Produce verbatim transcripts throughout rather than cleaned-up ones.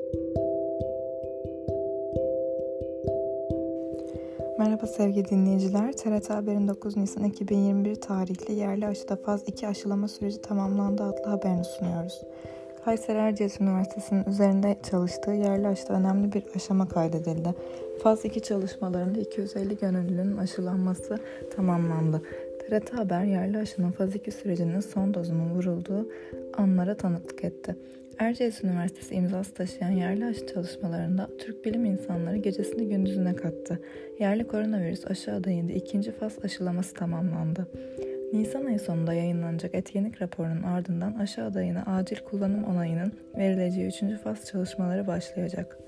Merhaba sevgili dinleyiciler. T R T Haber'in dokuz Nisan iki bin yirmi bir tarihli yerli aşıda faz iki aşılama süreci tamamlandı adlı haberini sunuyoruz. Kayseri Erciyes Üniversitesi'nin üzerinde çalıştığı yerli aşıda önemli bir aşama kaydedildi. Faz iki çalışmalarında iki yüz elli gönüllünün aşılanması tamamlandı. T R T Haber yerli aşının faz iki sürecinin son dozunun vurulduğu anlara tanıklık etti. Erciyes Üniversitesi imzası taşıyan yerli aşı çalışmalarında Türk bilim insanları gecesini gündüzüne kattı. Yerli koronavirüs aşı adayında ikinci faz aşılaması tamamlandı. Nisan ayı sonunda yayınlanacak etkinlik raporunun ardından aşı adayına acil kullanım onayının verileceği üçüncü faz çalışmaları başlayacak.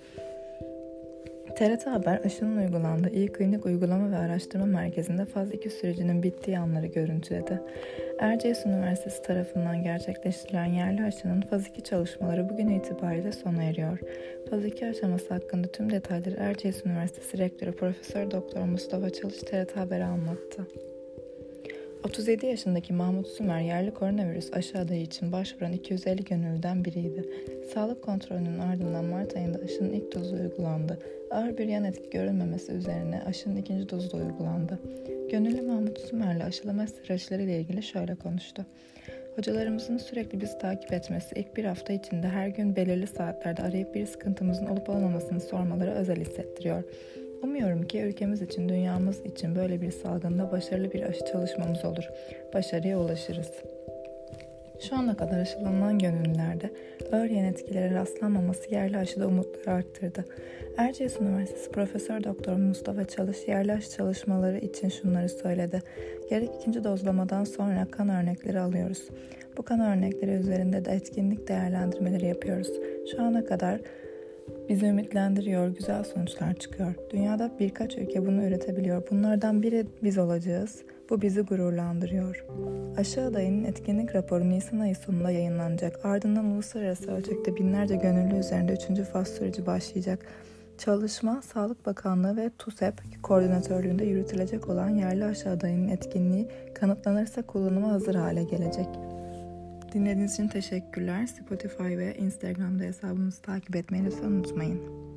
T R T Haber aşının uygulandığı İl Klinik Uygulama ve Araştırma Merkezi'nde faz iki sürecinin bittiği anları görüntüledi. Erciyes Üniversitesi tarafından gerçekleştirilen yerli aşının faz iki çalışmaları bugün itibariyle sona eriyor. Faz iki aşaması hakkında tüm detayları Erciyes Üniversitesi Rektörü Profesör Doktor Mustafa Çalış T R T Haber'e anlattı. otuz yedi yaşındaki Mahmut Sümer yerli koronavirüs aşı adayı için başvuran iki yüz elli gönüllüden biriydi. Sağlık kontrolünün ardından Mart ayında aşının ilk dozu uygulandı. Ağır bir yan etki görülmemesi üzerine aşının ikinci dozu da uygulandı. Gönüllü Mahmut Sümer'le aşılama süreçleriyle ilgili şöyle konuştu. Hocalarımızın sürekli bizi takip etmesi, ilk bir hafta içinde her gün belirli saatlerde arayıp bir sıkıntımızın olup olmamasını sormaları özel hissettiriyor. Umuyorum ki ülkemiz için, dünyamız için böyle bir salgında başarılı bir aşı çalışmamız olur. Başarıya ulaşırız. Şu ana kadar aşılanan gönüllülerde ağır yan etkilere rastlanmaması yerli aşıda umutları arttırdı. Erciyes Üniversitesi Profesör Doktor Mustafa Çalış yerli aşı çalışmaları için şunları söyledi. Gerek ikinci dozlamadan sonra kan örnekleri alıyoruz. Bu kan örnekleri üzerinde de etkinlik değerlendirmeleri yapıyoruz. Şu ana kadar bizi ümitlendiriyor, güzel sonuçlar çıkıyor. Dünyada birkaç ülke bunu üretebiliyor. Bunlardan biri biz olacağız. Bu bizi gururlandırıyor. Aşı adayının etkinlik raporu Nisan ayı sonunda yayınlanacak. Ardından uluslararası ölçekte binlerce gönüllü üzerinde üçüncü faz süreci başlayacak. Çalışma, Sağlık Bakanlığı ve TUSEP koordinatörlüğünde yürütülecek olan yerli aşı adayının etkinliği kanıtlanırsa kullanıma hazır hale gelecek. Dinlediğiniz için teşekkürler. Spotify ve Instagram'da hesabımızı takip etmeyi lütfen unutmayın.